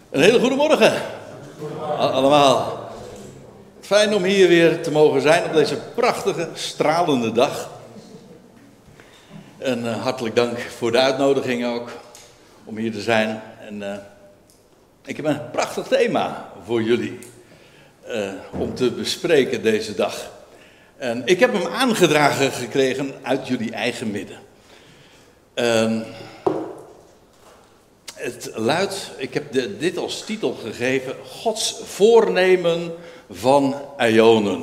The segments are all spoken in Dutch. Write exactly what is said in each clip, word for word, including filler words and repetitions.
Een hele goede morgen. Allemaal. Fijn om hier weer te mogen zijn op deze prachtige, stralende dag. En uh, hartelijk dank voor de uitnodiging ook om hier te zijn. En uh, ik heb een prachtig thema voor jullie uh, om te bespreken deze dag. En ik heb hem aangedragen gekregen uit jullie eigen midden. Uh, Het luidt, ik heb de, dit als titel gegeven, Gods voornemen van Aionen.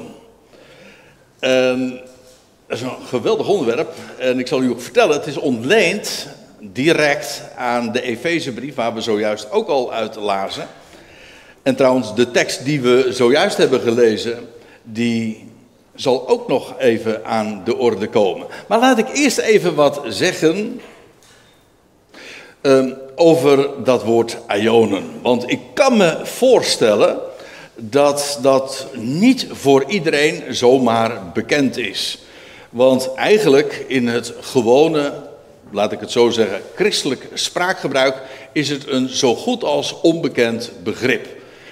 En dat is een geweldig onderwerp en ik zal u ook vertellen, het is ontleend direct aan de Efezebrief, waar we zojuist ook al uit lazen. En trouwens, de tekst die we zojuist hebben gelezen, die zal ook nog even aan de orde komen. Maar laat ik eerst even wat zeggen Um, over dat woord Aionen. Want ik kan me voorstellen dat dat niet voor iedereen zomaar bekend is. Want eigenlijk in het gewone, laat ik het zo zeggen, christelijk spraakgebruik is het een zo goed als onbekend begrip.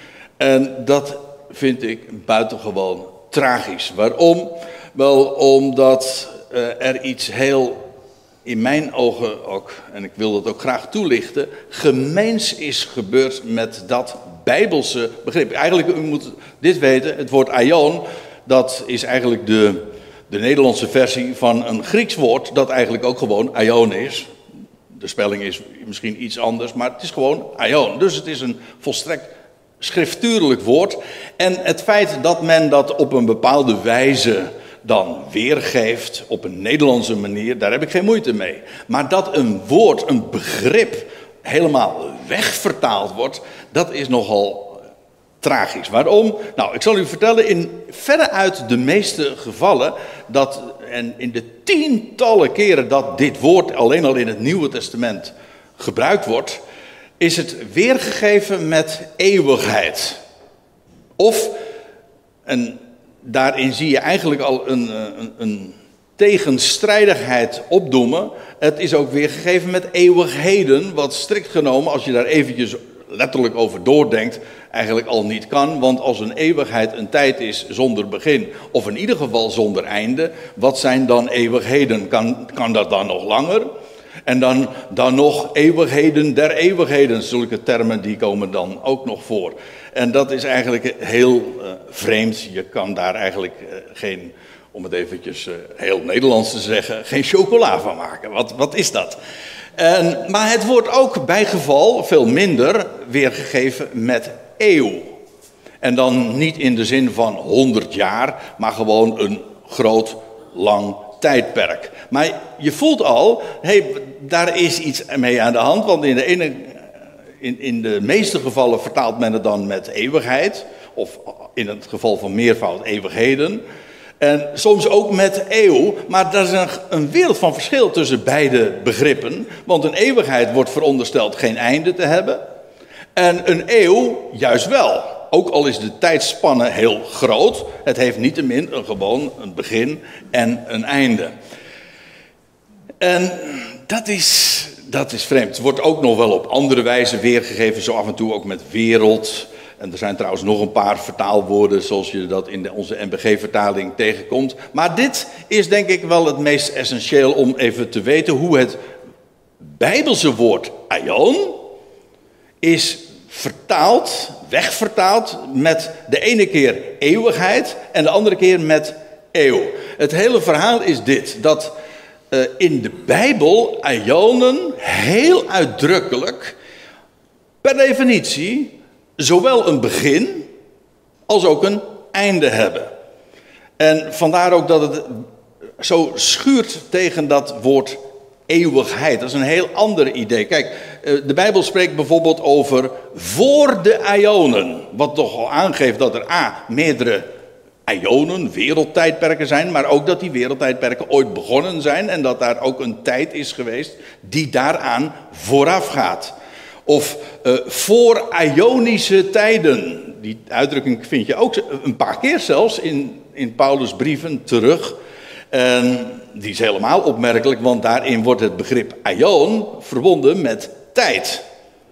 En dat vind ik buitengewoon tragisch. Waarom? Wel omdat uh, er iets heel, in mijn ogen ook, en ik wil dat ook graag toelichten, gemeens is gebeurd met dat Bijbelse begrip. Eigenlijk, u moet dit weten, het woord aion, dat is eigenlijk de, de Nederlandse versie van een Grieks woord, dat eigenlijk ook gewoon aion is. De spelling is misschien iets anders, maar het is gewoon aion. Dus het is een volstrekt schriftuurlijk woord. En het feit dat men dat op een bepaalde wijze dan weergeeft op een Nederlandse manier, daar heb ik geen moeite mee. Maar dat een woord, een begrip, helemaal wegvertaald wordt, dat is nogal tragisch. Waarom? Nou, ik zal u vertellen, in veruit de meeste gevallen, dat, en in de tientallen keren dat dit woord alleen al in het Nieuwe Testament gebruikt wordt, is het weergegeven met eeuwigheid. Of een Daarin zie je eigenlijk al een, een, een tegenstrijdigheid opdoemen. Het is ook weergegeven met eeuwigheden, wat strikt genomen, als je daar eventjes letterlijk over doordenkt, eigenlijk al niet kan. Want als een eeuwigheid een tijd is zonder begin, of in ieder geval zonder einde, wat zijn dan eeuwigheden? Kan, kan dat dan nog langer? En dan, dan nog eeuwigheden der eeuwigheden, zulke termen die komen dan ook nog voor. En dat is eigenlijk heel uh, vreemd. Je kan daar eigenlijk uh, geen, om het eventjes uh, heel Nederlands te zeggen, geen chocola van maken. Wat, wat is dat? En, maar het wordt ook bij geval veel minder weergegeven met eeuw. En dan niet in de zin van honderd jaar, maar gewoon een groot, lang tijdperk. Maar je voelt al, hey, daar is iets mee aan de hand, want in de ene... In, in de meeste gevallen vertaalt men het dan met eeuwigheid. Of in het geval van meervoud eeuwigheden. En soms ook met eeuw. Maar er is een, een wereld van verschil tussen beide begrippen. Want een eeuwigheid wordt verondersteld geen einde te hebben. En een eeuw juist wel. Ook al is de tijdspanne heel groot. Het heeft niettemin een gewoon een begin en een einde. En dat is... Dat is vreemd. Het wordt ook nog wel op andere wijze weergegeven, zo af en toe ook met wereld. En er zijn trouwens nog een paar vertaalwoorden, zoals je dat in de, onze N B G-vertaling tegenkomt. Maar dit is denk ik wel het meest essentieel om even te weten hoe het Bijbelse woord aion is vertaald, wegvertaald met de ene keer eeuwigheid en de andere keer met eeuw. Het hele verhaal is dit, dat Uh, in de Bijbel aionen heel uitdrukkelijk, per definitie, zowel een begin als ook een einde hebben. En vandaar ook dat het zo schuurt tegen dat woord eeuwigheid. Dat is een heel ander idee. Kijk, uh, de Bijbel spreekt bijvoorbeeld over voor de aionen, wat toch al aangeeft dat er a, meerdere aionen, wereldtijdperken zijn, maar ook dat die wereldtijdperken ooit begonnen zijn en dat daar ook een tijd is geweest die daaraan vooraf gaat. Of uh, voor aionische tijden. Die uitdrukking vind je ook een paar keer zelfs in, in Paulus' brieven terug. En die is helemaal opmerkelijk, want daarin wordt het begrip aion verbonden met tijd.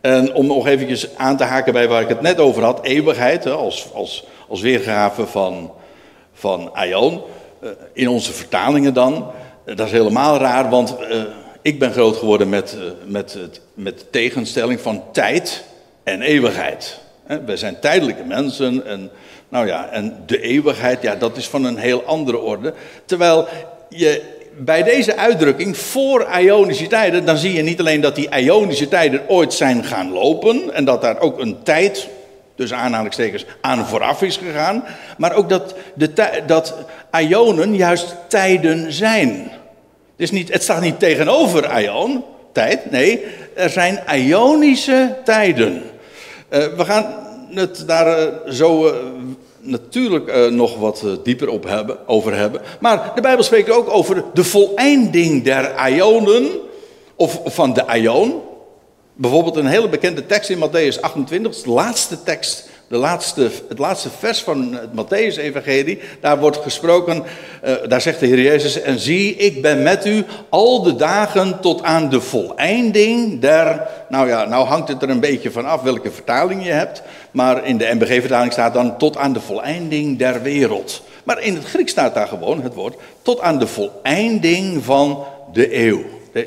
En om nog eventjes aan te haken bij waar ik het net over had, eeuwigheid, hè, als, als, als weergave van, van aion, uh, in onze vertalingen dan, uh, dat is helemaal raar, want uh, ik ben groot geworden met, uh, met, het, met de tegenstelling van tijd en eeuwigheid. Hè, wij zijn tijdelijke mensen en, nou ja, en de eeuwigheid, ja, dat is van een heel andere orde. Terwijl je bij deze uitdrukking, voor Ionische tijden, dan zie je niet alleen dat die Ionische tijden ooit zijn gaan lopen en dat daar ook een tijd, tussen aanhalingstekens, aan vooraf is gegaan, maar ook dat, de tij- dat Ionen juist tijden zijn. Het, is niet, het staat niet tegenover Ion, tijd, nee, er zijn Ionische tijden. Uh, we gaan het daar uh, zo uh, natuurlijk uh, nog wat uh, dieper op hebben, over hebben. Maar de Bijbel spreekt ook over de voleinding der Ionen, of van de Ion. Bijvoorbeeld een hele bekende tekst in Mattheüs achtentwintig, de laatste tekst, de laatste, het laatste vers van het Mattheüs-evangelie. Daar wordt gesproken, uh, daar zegt de Heer Jezus, en zie, ik ben met u al de dagen tot aan de voleinding der... Nou ja, nou hangt het er een beetje van af welke vertaling je hebt. Maar in de N B G-vertaling staat dan tot aan de voleinding der wereld. Maar in het Grieks staat daar gewoon het woord tot aan de voleinding van de eeuw. De,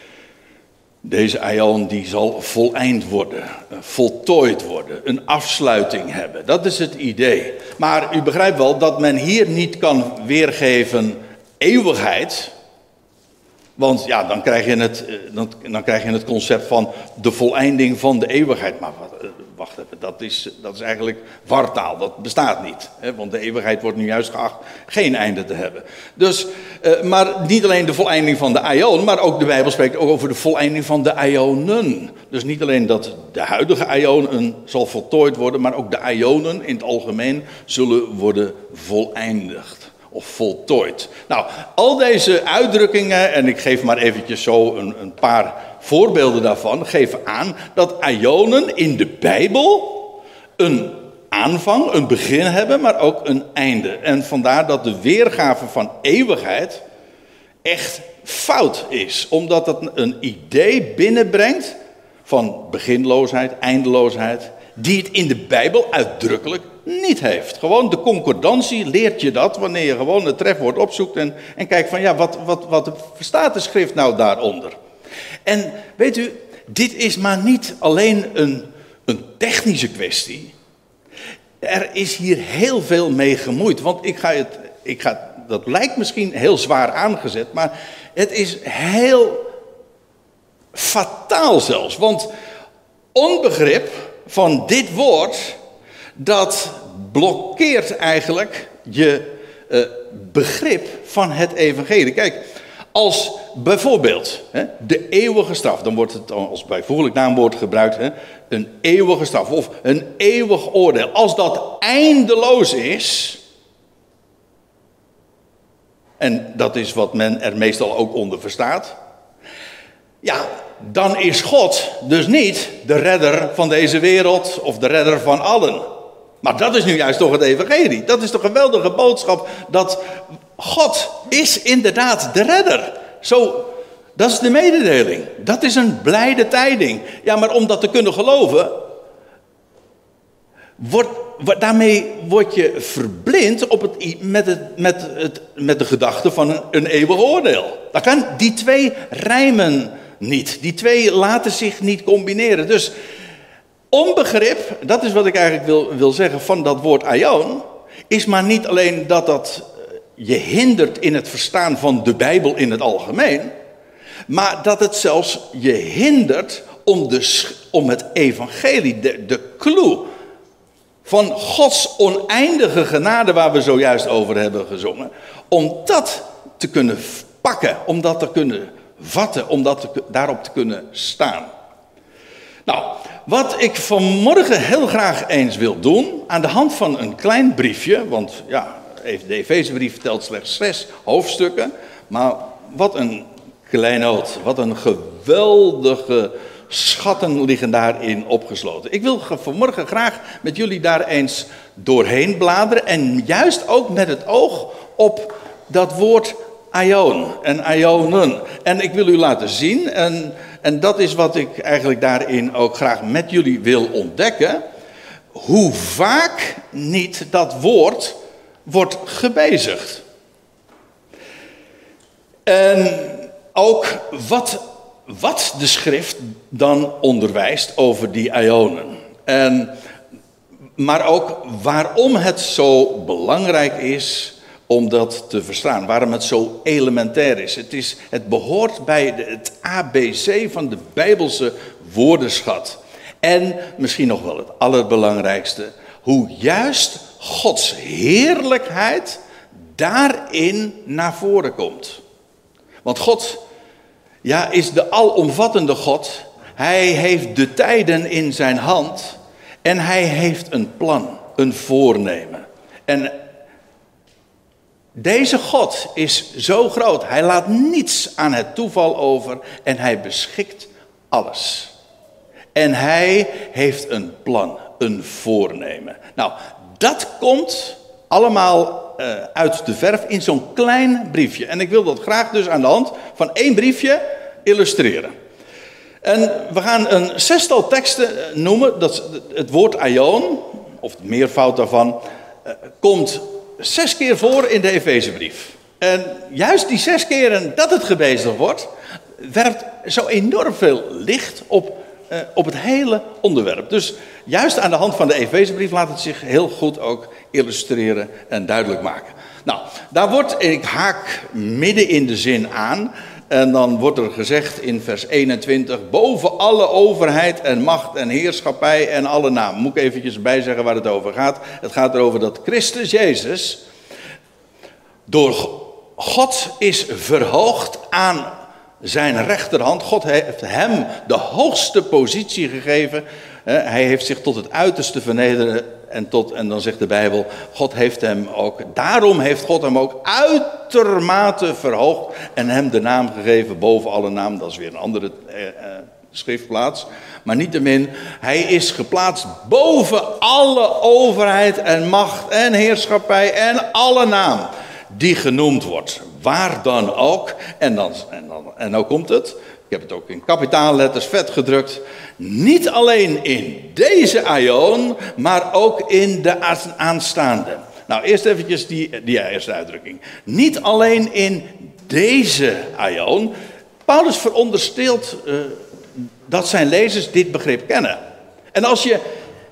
Deze aion die zal voleind worden, voltooid worden, een afsluiting hebben. Dat is het idee. Maar u begrijpt wel dat men hier niet kan weergeven eeuwigheid. Want ja, dan krijg je het, dan, dan krijg je het concept van de voleinding van de eeuwigheid. Maar wacht even, dat is, dat is eigenlijk wartaal, dat bestaat niet. Hè? Want de eeuwigheid wordt nu juist geacht geen einde te hebben. Dus, uh, maar niet alleen de voleinding van de aion, maar ook de Bijbel spreekt ook over de voleinding van de aionen. Dus niet alleen dat de huidige aion zal voltooid worden, maar ook de aionen in het algemeen zullen worden voleindigd. Of voltooid. Nou, al deze uitdrukkingen, en ik geef maar eventjes zo een, een paar voorbeelden daarvan, geven aan dat aionen in de Bijbel een aanvang, een begin hebben, maar ook een einde. En vandaar dat de weergave van eeuwigheid echt fout is. Omdat het een idee binnenbrengt van beginloosheid, eindeloosheid, die het in de Bijbel uitdrukkelijk niet heeft. Gewoon de concordantie leert je dat wanneer je gewoon het trefwoord opzoekt en, en kijkt van ja, wat, wat, wat verstaat de schrift nou daaronder? En weet u, dit is maar niet alleen een, een technische kwestie. Er is hier heel veel mee gemoeid. Want ik ga het, ik ga, dat lijkt misschien heel zwaar aangezet, maar het is heel fataal zelfs. Want onbegrip van dit woord, dat blokkeert eigenlijk je uh, begrip van het evangelie. Kijk, als bijvoorbeeld hè, de eeuwige straf, dan wordt het als bijvoeglijk naamwoord gebruikt, hè, een eeuwige straf of een eeuwig oordeel. Als dat eindeloos is, en dat is wat men er meestal ook onder verstaat, ja, dan is God dus niet de redder van deze wereld of de redder van allen. Maar dat is nu juist toch het evangelie. Dat is de geweldige boodschap dat God is inderdaad de redder. Zo, dat is de mededeling. Dat is een blijde tijding. Ja, maar om dat te kunnen geloven, wordt, daarmee word je verblind op het, met, het, met, het, met de gedachte van een, een eeuwig oordeel. Dat kan, die twee rijmen niet. Die twee laten zich niet combineren. Dus onbegrip, dat is wat ik eigenlijk wil, wil zeggen van dat woord aion, is maar niet alleen dat dat je hindert in het verstaan van de Bijbel in het algemeen, maar dat het zelfs je hindert om, de, om het evangelie, de, de clue van Gods oneindige genade waar we zojuist over hebben gezongen, om dat te kunnen pakken, om dat te kunnen vatten, om dat te, daarop te kunnen staan. Nou, wat ik vanmorgen heel graag eens wil doen, aan de hand van een klein briefje, want ja, de Efezebrief vertelt slechts zes hoofdstukken, maar wat een kleinood, wat een geweldige schatten liggen daarin opgesloten. Ik wil vanmorgen graag met jullie daar eens doorheen bladeren en juist ook met het oog op dat woord aion en aionen. En ik wil u laten zien, en en dat is wat ik eigenlijk daarin ook graag met jullie wil ontdekken, hoe vaak niet dat woord wordt gebezigd. En ook wat, wat de schrift dan onderwijst over die aionen. En, maar ook waarom het zo belangrijk is om dat te verstaan. Waarom het zo elementair is. Het, is, het behoort bij de, het A B C van de Bijbelse woordenschat. En misschien nog wel het allerbelangrijkste. Hoe juist Gods heerlijkheid daarin naar voren komt. Want God, ja, is de alomvattende God. Hij heeft de tijden in zijn hand. En hij heeft een plan, een voornemen. En deze God is zo groot. Hij laat niets aan het toeval over. En hij beschikt alles. En hij heeft een plan, een voornemen. Nou, dat komt allemaal uh, uit de verf in zo'n klein briefje. En ik wil dat graag dus aan de hand van één briefje illustreren. En we gaan een zestal teksten noemen. Dat het woord aion, of het meervoud daarvan, uh, komt zes keer voor in de Efezebrief. En juist die zes keren dat het gebezigd wordt, werpt zo enorm veel licht op, uh, op het hele onderwerp. Dus juist aan de hand van de Efezebrief laat het zich heel goed ook illustreren en duidelijk maken. Nou, daar wordt, ik haak midden in de zin aan. En dan wordt er gezegd in vers eenentwintig, boven alle overheid en macht en heerschappij en alle naam. Moet ik eventjes bijzeggen waar het over gaat. Het gaat erover dat Christus Jezus door God is verhoogd aan zijn rechterhand. God heeft hem de hoogste positie gegeven. Hij heeft zich tot het uiterste vernederen. En, tot, en dan zegt de Bijbel, God heeft hem ook, daarom heeft God hem ook uitermate verhoogd en hem de naam gegeven boven alle naam. Dat is weer een andere eh, eh, schriftplaats. Maar niettemin, hij is geplaatst boven alle overheid en macht en heerschappij en alle naam die genoemd wordt. Waar dan ook. En dan, en dan, en nou komt het. Ik heb het ook in kapitaalletters vet gedrukt. Niet alleen in deze aion, maar ook in de aanstaande. Nou, eerst eventjes die, die eerste uitdrukking. Niet alleen in deze aion. Paulus veronderstelt uh, dat zijn lezers dit begrip kennen. En als je...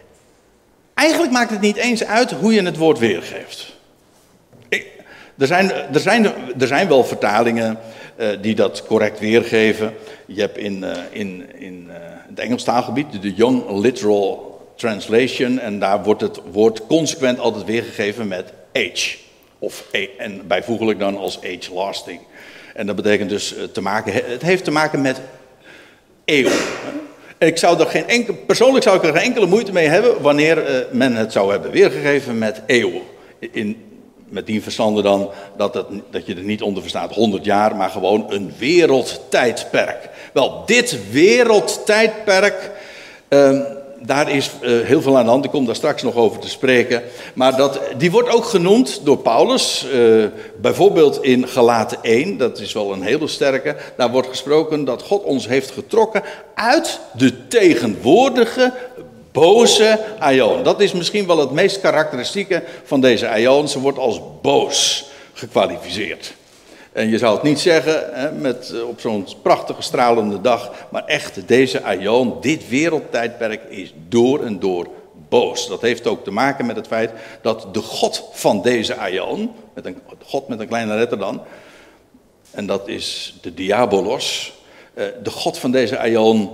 Eigenlijk maakt het niet eens uit hoe je het woord weergeeft. Ik, er, zijn, er, zijn, er zijn wel vertalingen uh, die dat correct weergeven. Je hebt in, uh, in, in uh, het Engels taalgebied de Young Literal Translation. En daar wordt het woord consequent altijd weergegeven met age. Of, en bijvoeglijk dan als age lasting. En dat betekent dus uh, te maken, het heeft te maken met eeuw. En ik zou er geen enkel, persoonlijk zou ik er geen enkele moeite mee hebben wanneer uh, men het zou hebben weergegeven met eeuw. In, met die verstande dan dat, het, dat je er niet onder verstaat honderd jaar, maar gewoon een wereldtijdperk. Wel, dit wereldtijdperk, uh, daar is uh, heel veel aan de hand. Ik kom daar straks nog over te spreken. Maar dat, die wordt ook genoemd door Paulus. Uh, bijvoorbeeld in Galaten één. Dat is wel een hele sterke. Daar wordt gesproken dat God ons heeft getrokken uit de tegenwoordige boze aion. Dat is misschien wel het meest karakteristieke van deze aion. Ze wordt als boos gekwalificeerd. En je zou het niet zeggen hè, met, op zo'n prachtige stralende dag. Maar echt, deze aion, dit wereldtijdperk is door en door boos. Dat heeft ook te maken met het feit dat de God van deze aion, met een God met een kleine letter dan, en dat is de diabolos, de God van deze aion,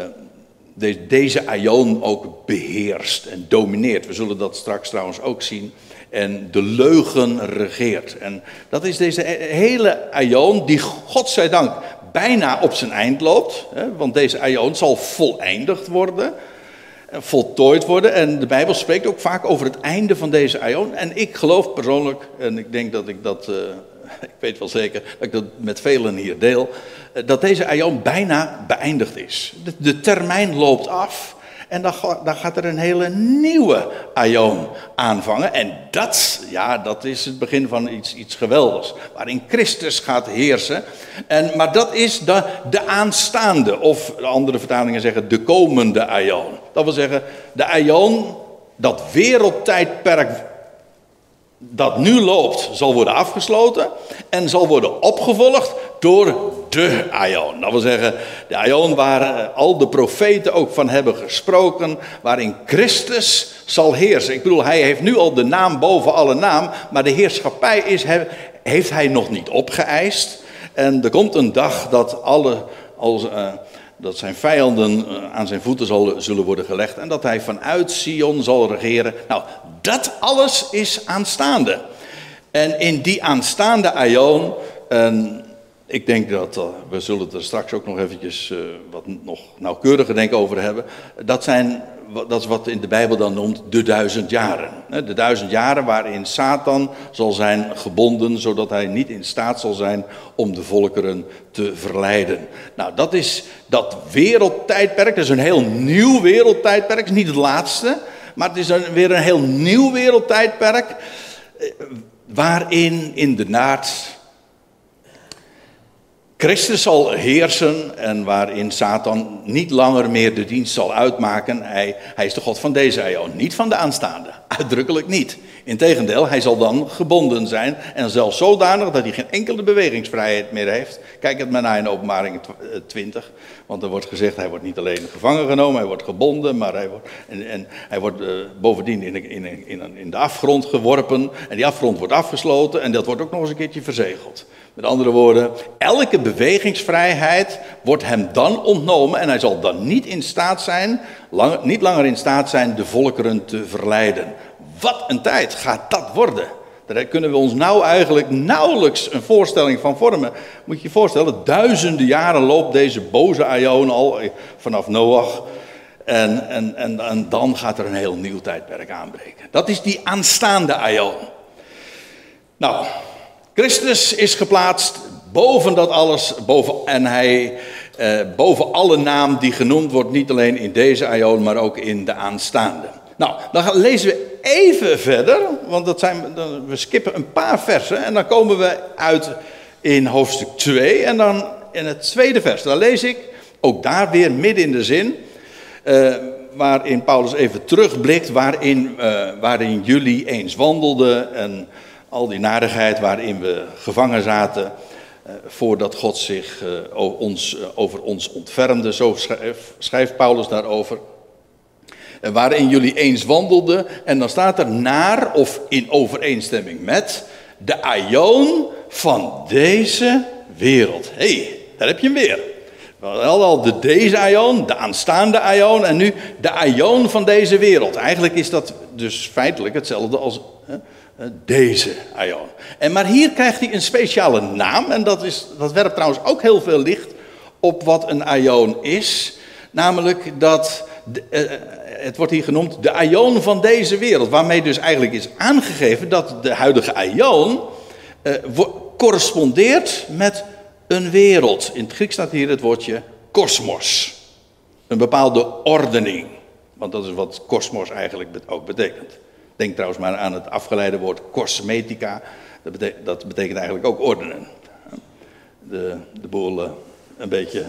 deze aion ook beheerst en domineert. We zullen dat straks trouwens ook zien. En de leugen regeert. En dat is deze hele aion die, godzijdank, bijna op zijn eind loopt. Hè, want deze aion zal voleindigd worden. Voltooid worden. En de Bijbel spreekt ook vaak over het einde van deze aion. En ik geloof persoonlijk, en ik denk dat ik dat, uh, ik weet wel zeker, dat ik dat met velen hier deel, uh, dat deze aion bijna beëindigd is. De, de termijn loopt af. En dan, dan gaat er een hele nieuwe aion aanvangen. En dat, ja, dat is het begin van iets, iets geweldigs. Waarin Christus gaat heersen. En, maar dat is de, de aanstaande, of andere vertalingen zeggen de komende aion. Dat wil zeggen, de aion, dat wereldtijdperk dat nu loopt, zal worden afgesloten en zal worden opgevolgd door de aion. Dat wil zeggen, de aion waar al de profeten ook van hebben gesproken, waarin Christus zal heersen. Ik bedoel, hij heeft nu al de naam boven alle naam, maar de heerschappij is, heeft hij nog niet opgeëist. En er komt een dag dat alle, als, uh, dat zijn vijanden uh, aan zijn voeten zal, zullen worden gelegd en dat hij vanuit Sion zal regeren. Nou, dat alles is aanstaande. En in die aanstaande aion, en ik denk dat, uh, we zullen het er straks ook nog eventjes uh, wat nog nauwkeuriger denk over hebben. Dat, zijn, dat is wat in de Bijbel dan noemt de duizend jaren. De duizend jaren waarin Satan zal zijn gebonden, zodat hij niet in staat zal zijn om de volkeren te verleiden. Nou, dat is dat wereldtijdperk, dat is een heel nieuw wereldtijdperk, het is niet het laatste, maar het is een, weer een heel nieuw wereldtijdperk, waarin inderdaad Christus zal heersen en waarin Satan niet langer meer de dienst zal uitmaken. Hij, hij is de God van deze eeuw, niet van de aanstaande. Uitdrukkelijk niet. Integendeel, hij zal dan gebonden zijn en zelfs zodanig dat hij geen enkele bewegingsvrijheid meer heeft. Kijk het maar naar in Openbaring twintig, want er wordt gezegd hij wordt niet alleen gevangen genomen, hij wordt gebonden, maar hij wordt, en, en hij wordt uh, bovendien in de, in, in, in de afgrond geworpen en die afgrond wordt afgesloten en dat wordt ook nog eens een keertje verzegeld. Met andere woorden, elke bewegingsvrijheid wordt hem dan ontnomen en hij zal dan niet in staat zijn, lang, niet langer in staat zijn de volkeren te verleiden. Wat een tijd gaat dat worden. Daar kunnen we ons nou eigenlijk nauwelijks een voorstelling van vormen. Moet je je voorstellen, duizenden jaren loopt deze boze aion al vanaf Noach. En, en, en, en dan gaat er een heel nieuw tijdperk aanbreken. Dat is die aanstaande aion. Nou, Christus is geplaatst boven dat alles, boven, en hij eh, boven alle naam die genoemd wordt, niet alleen in deze aion, maar ook in de aanstaande. Nou, dan gaan, lezen we even verder, want dat zijn, dan, we skippen een paar versen en dan komen we uit in hoofdstuk twee en dan in het tweede vers. Dan lees ik, ook daar weer midden in de zin, uh, waarin Paulus even terugblikt, waarin, uh, waarin jullie eens wandelden en al die narigheid waarin we gevangen zaten, uh, voordat God zich uh, ons, uh, over ons ontfermde. Zo schrijft, schrijft Paulus daarover. Uh, waarin jullie eens wandelden. En dan staat er naar of in overeenstemming met de aion van deze wereld. Hé, hey, daar heb je hem weer. We hadden al de deze aion, de aanstaande aion en nu de aion van deze wereld. Eigenlijk is dat dus feitelijk hetzelfde als hè, deze aion. En maar hier krijgt hij een speciale naam en dat, is, dat werpt trouwens ook heel veel licht op wat een aion is. Namelijk dat, de, uh, het wordt hier genoemd de aion van deze wereld. Waarmee dus eigenlijk is aangegeven dat de huidige aion uh, wo- correspondeert met een wereld. In het Grieks staat hier het woordje kosmos. Een bepaalde ordening. Want dat is wat kosmos eigenlijk ook betekent. Denk trouwens maar aan het afgeleide woord cosmetica. Dat betekent, dat betekent eigenlijk ook ordenen. De, de boel uh, een beetje...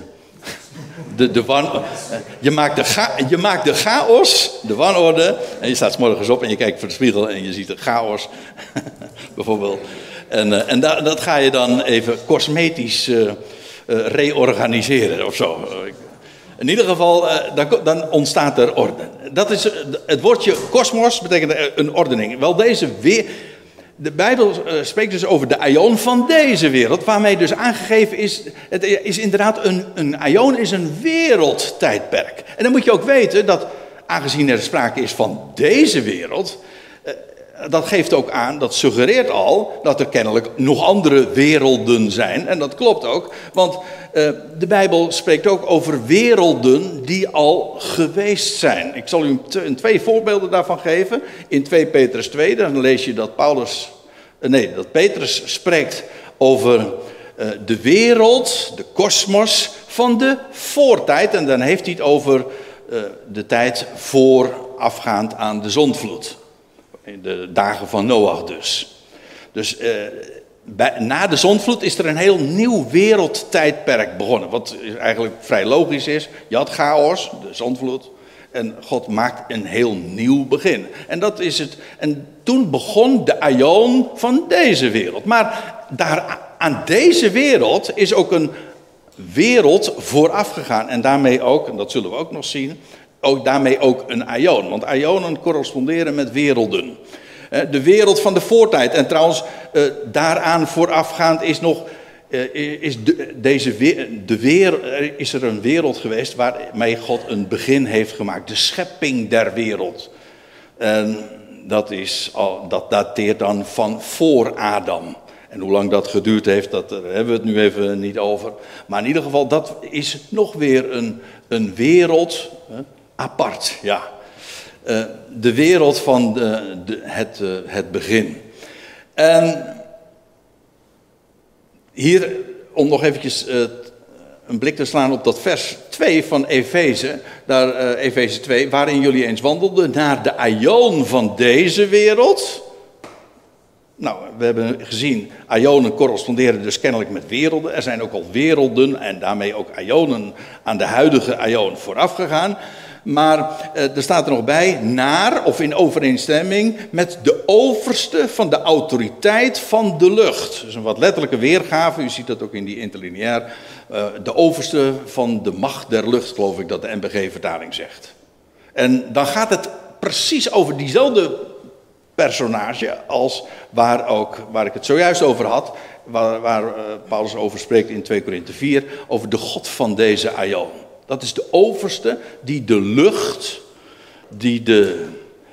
De, de wan, je, maakt de ga, je maakt de chaos, de wanorde. En je staat 's morgens op en je kijkt voor de spiegel en je ziet de chaos. Bijvoorbeeld. En, uh, en da, dat ga je dan even cosmetisch uh, uh, reorganiseren of zo. In ieder geval, uh, dan, dan ontstaat er orde. Dat is, uh, het woordje kosmos betekent een ordening. Wel deze weer... De Bijbel uh, spreekt dus over de aion van deze wereld, waarmee dus aangegeven is, het is inderdaad een, een aion is een wereldtijdperk. En dan moet je ook weten dat, aangezien er sprake is van deze wereld, uh, dat geeft ook aan, dat suggereert al, dat er kennelijk nog andere werelden zijn. En dat klopt ook, want uh, de Bijbel spreekt ook over werelden die al geweest zijn. Ik zal u t- twee voorbeelden daarvan geven. In twee Petrus twee, dan lees je dat Paulus, uh, nee, dat Petrus spreekt over uh, de wereld, de kosmos van de voortijd. En dan heeft hij het over uh, de tijd voorafgaand aan de zondvloed. In de dagen van Noach dus. Dus uh, bij, na de zondvloed is er een heel nieuw wereldtijdperk begonnen. Wat eigenlijk vrij logisch is. Je had chaos, de zondvloed. En God maakt een heel nieuw begin. En dat is het. En toen begon de aion van deze wereld. Maar daar, aan deze wereld is ook een wereld vooraf gegaan. En daarmee ook, en dat zullen we ook nog zien, ook daarmee ook een aion. Want aionen corresponderen met werelden. De wereld van de voortijd. En trouwens, daaraan voorafgaand is nog, is de, deze, de weer, is er een wereld geweest waarmee God een begin heeft gemaakt. De schepping der wereld. En dat, is al, dat dateert dan van voor Adam. En hoe lang dat geduurd heeft, dat, daar hebben we het nu even niet over. Maar in ieder geval, dat is nog weer een, een wereld hè, apart. Ja. Uh, de wereld van de, de, het, uh, het begin. En hier, om nog eventjes uh, een blik te slaan op dat vers twee van Efeze, daar uh, Efeze twee, waarin jullie eens wandelden naar de aion van deze wereld. Nou, we hebben gezien, aionen corresponderen dus kennelijk met werelden. Er zijn ook al werelden en daarmee ook aionen aan de huidige aion vooraf gegaan. Maar eh, er staat er nog bij, naar of in overeenstemming met de overste van de autoriteit van de lucht. Dus een wat letterlijke weergave, u ziet dat ook in die interlineair. Uh, de overste van de macht der lucht, geloof ik dat de N B G-vertaling zegt. En dan gaat het precies over diezelfde personage als waar, ook, waar ik het zojuist over had. Waar, waar uh, Paulus over spreekt in twee Korinthe vier, over de God van deze aion. Dat is de overste die de lucht, die de,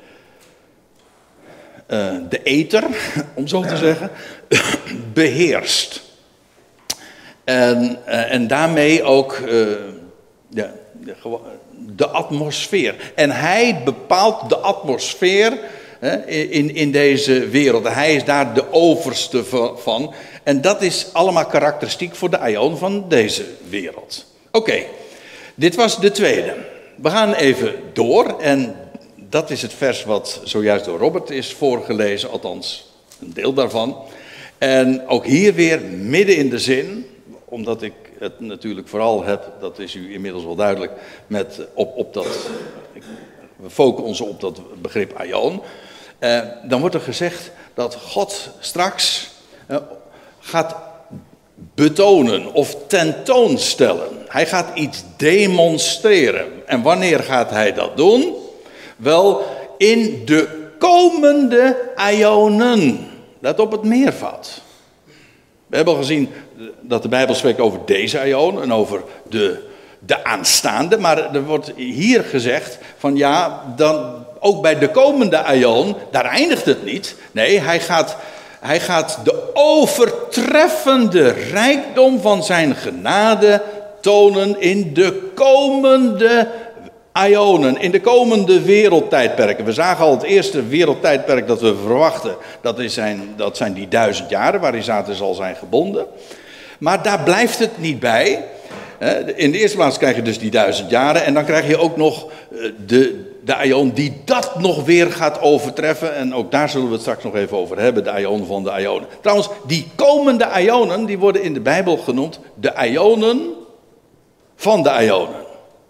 uh, de ether, om zo te zeggen, beheerst. En, uh, en daarmee ook uh, de, de, de atmosfeer. En hij bepaalt de atmosfeer uh, in, in deze wereld. Hij is daar de overste van. En dat is allemaal karakteristiek voor de aion van deze wereld. Oké. Okay. Dit was de tweede. We gaan even door en dat is het vers wat zojuist door Robert is voorgelezen, althans een deel daarvan. En ook hier weer midden in de zin, omdat ik het natuurlijk vooral heb, dat is u inmiddels wel duidelijk, met, op, op dat, we focussen ons op dat begrip aion. Eh, dan wordt er gezegd dat God straks eh, gaat betonen of tentoonstellen. Hij gaat iets demonstreren. En wanneer gaat hij dat doen? Wel, in de komende aionen. Let op het meervoud. We hebben al gezien dat de Bijbel spreekt over deze aion en over de, de aanstaande. Maar er wordt hier gezegd van ja, dan ook bij de komende aion, daar eindigt het niet. Nee, hij gaat... Hij gaat de overtreffende rijkdom van zijn genade tonen in de komende aionen, in de komende wereldtijdperken. We zagen al het eerste wereldtijdperk dat we verwachten, dat, is zijn, dat zijn die duizend jaren waarin Satan zal zijn gebonden. Maar daar blijft het niet bij. In de eerste plaats krijg je dus die duizend jaren en dan krijg je ook nog de... De aion die dat nog weer gaat overtreffen. En ook daar zullen we het straks nog even over hebben. De aion van de aionen. Trouwens, die komende aionen, die worden in de Bijbel genoemd de aionen van de aionen.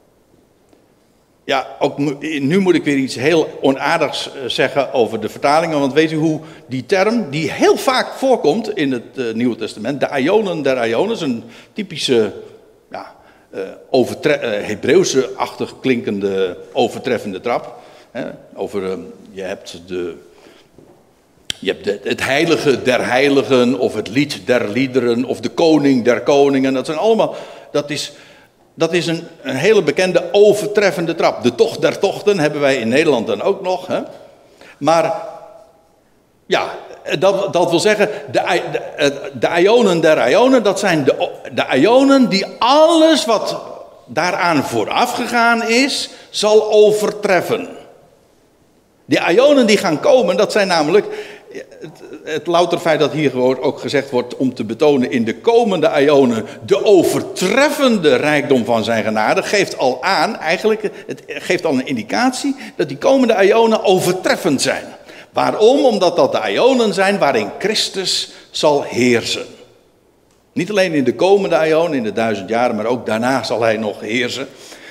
Ja, ook nu moet ik weer iets heel onaardigs zeggen over de vertalingen. Want weet u hoe die term, die heel vaak voorkomt in het uh, Nieuwe Testament. De aionen der aionen is een typische... Ja, Uh, overtre- uh, Hebreeuwse-achtig klinkende overtreffende trap. Hè? Over, uh, je hebt, de, je hebt de, het heilige der heiligen, of het lied der liederen, of de koning der koningen. Dat zijn allemaal, dat is, dat is een, een hele bekende overtreffende trap. De tocht der tochten hebben wij in Nederland dan ook nog. Hè? Maar, ja... Dat, dat wil zeggen, de, de, de aionen der aionen, dat zijn de, de aionen die alles wat daaraan vooraf gegaan is, zal overtreffen. Die aionen die gaan komen, dat zijn namelijk Het, het louter feit dat hier gewoon ook gezegd wordt om te betonen in de komende eonen de overtreffende rijkdom van zijn genade, geeft al aan, eigenlijk, het geeft al een indicatie dat die komende eonen overtreffend zijn. Waarom? Omdat dat de eonen zijn waarin Christus zal heersen. Niet alleen in de komende eonen, in de duizend jaren, maar ook daarna zal hij nog heersen.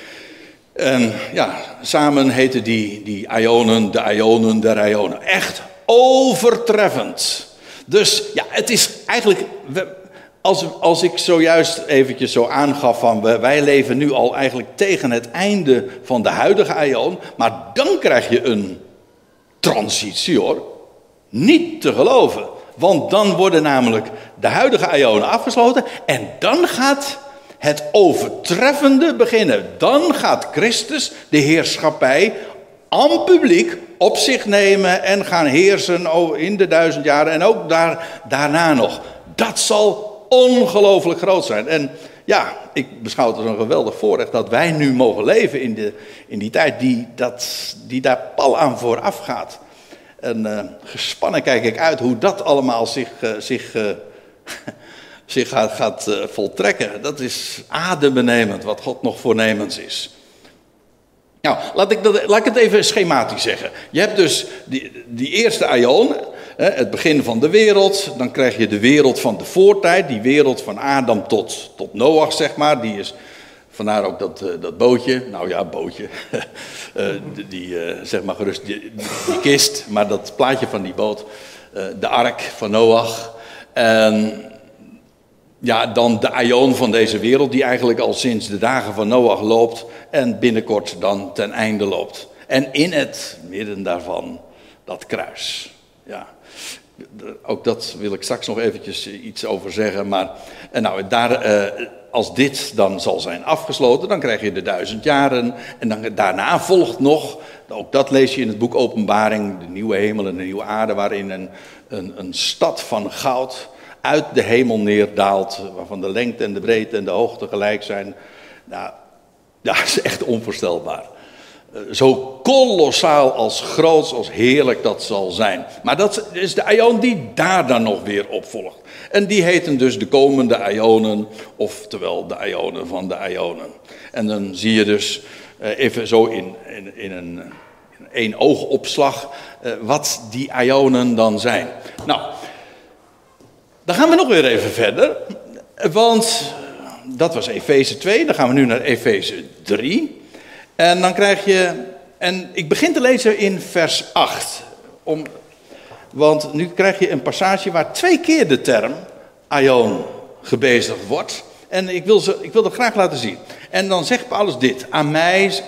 En ja, samen heten die, die eonen de eonen der eonen. Echt overtreffend. Dus ja, het is eigenlijk, als, als ik zojuist eventjes zo aangaf van wij leven nu al eigenlijk tegen het einde van de huidige eon, maar dan krijg je een transitie hoor. Niet te geloven. Want dan worden namelijk de huidige eonen afgesloten en dan gaat het overtreffende beginnen. Dan gaat Christus de heerschappij aan publiek op zich nemen en gaan heersen in de duizend jaren en ook daar, daarna nog. Dat zal ongelooflijk groot zijn. En ja, ik beschouw het als een geweldig voorrecht dat wij nu mogen leven in, de, in die tijd die, dat, die daar pal aan vooraf gaat. En uh, gespannen kijk ik uit hoe dat allemaal zich, uh, zich, uh, zich gaat, gaat uh, voltrekken. Dat is adembenemend wat God nog voornemens is. Nou, laat ik, dat, laat ik het even schematisch zeggen. Je hebt dus die, die eerste eon, hè, het begin van de wereld. Dan krijg je de wereld van de voortijd. Die wereld van Adam tot, tot Noach, zeg maar. Die is, vandaar ook dat, uh, dat bootje. Nou ja, bootje. uh, die, die uh, zeg maar gerust, die, die kist. Maar dat plaatje van die boot. Uh, de ark van Noach. En ja, dan de eon van deze wereld. Die eigenlijk al sinds de dagen van Noach loopt. En binnenkort dan ten einde loopt. En in het midden daarvan dat kruis. Ja, ook dat wil ik straks nog eventjes iets over zeggen. Maar en nou, daar, uh, als dit dan zal zijn afgesloten, dan krijg je de duizend jaren. En dan, daarna volgt nog, ook dat lees je in het boek Openbaring, de nieuwe hemel en de nieuwe aarde, waarin een, een, een stad van goud uit de hemel neerdaalt, waarvan de lengte en de breedte en de hoogte gelijk zijn. Nou, ja, dat is echt onvoorstelbaar. Zo kolossaal als groot, als heerlijk dat zal zijn. Maar dat is de eon die daar dan nog weer op volgt. En die heten dus de komende eonen, oftewel de eonen van de eonen. En dan zie je dus even zo in, in, in een één oogopslag wat die eonen dan zijn. Nou, dan gaan we nog weer even verder. Want dat was Efeze twee, dan gaan we nu naar Efeze drie. En dan krijg je, en ik begin te lezen in vers acht. Om, want nu krijg je een passage waar twee keer de term aion gebezigd wordt. En ik wil, ze, ik wil dat graag laten zien. En dan zegt Paulus dit: aan mij, uh,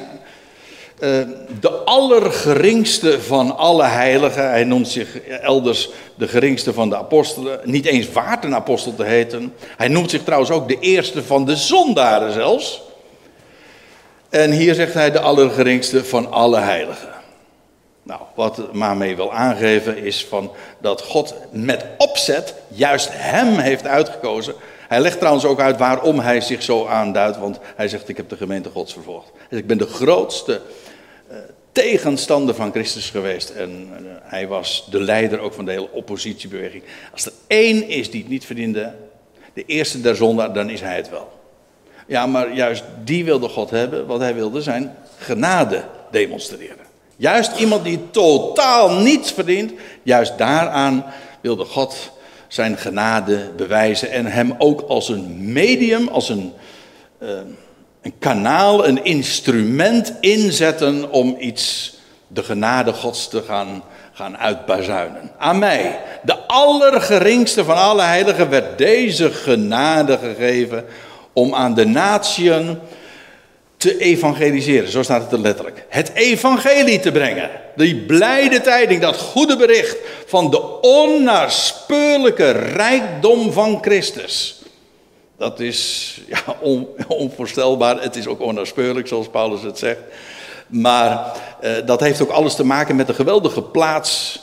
de allergeringste van alle heiligen. Hij noemt zich elders de geringste van de apostelen. Niet eens waard een apostel te heten. Hij noemt zich trouwens ook de eerste van de zondaren zelfs. En hier zegt hij de allergeringste van alle heiligen. Nou, wat maar mee wil aangeven is van dat God met opzet juist hem heeft uitgekozen. Hij legt trouwens ook uit waarom hij zich zo aanduidt, want hij zegt: ik heb de gemeente Gods vervolgd. Dus ik ben de grootste uh, tegenstander van Christus geweest en uh, hij was de leider ook van de hele oppositiebeweging. Als er één is die het niet verdiende, de eerste der zondaar, dan is hij het wel. Ja, maar juist die wilde God hebben, want hij wilde zijn genade demonstreren. Juist iemand die totaal niets verdient, juist daaraan wilde God zijn genade bewijzen. En hem ook als een medium, als een, uh, een kanaal, een instrument inzetten om iets, de genade Gods te gaan, gaan uitbazuinen. Aan mij, de allergeringste van alle heiligen, werd deze genade gegeven om aan de natieën te evangeliseren. Zo staat het er letterlijk. Het evangelie te brengen. Die blijde tijding, dat goede bericht van de onnaspeurlijke rijkdom van Christus. Dat is ja, on, onvoorstelbaar. Het is ook onnaspeurlijk, zoals Paulus het zegt. Maar uh, dat heeft ook alles te maken met de geweldige plaats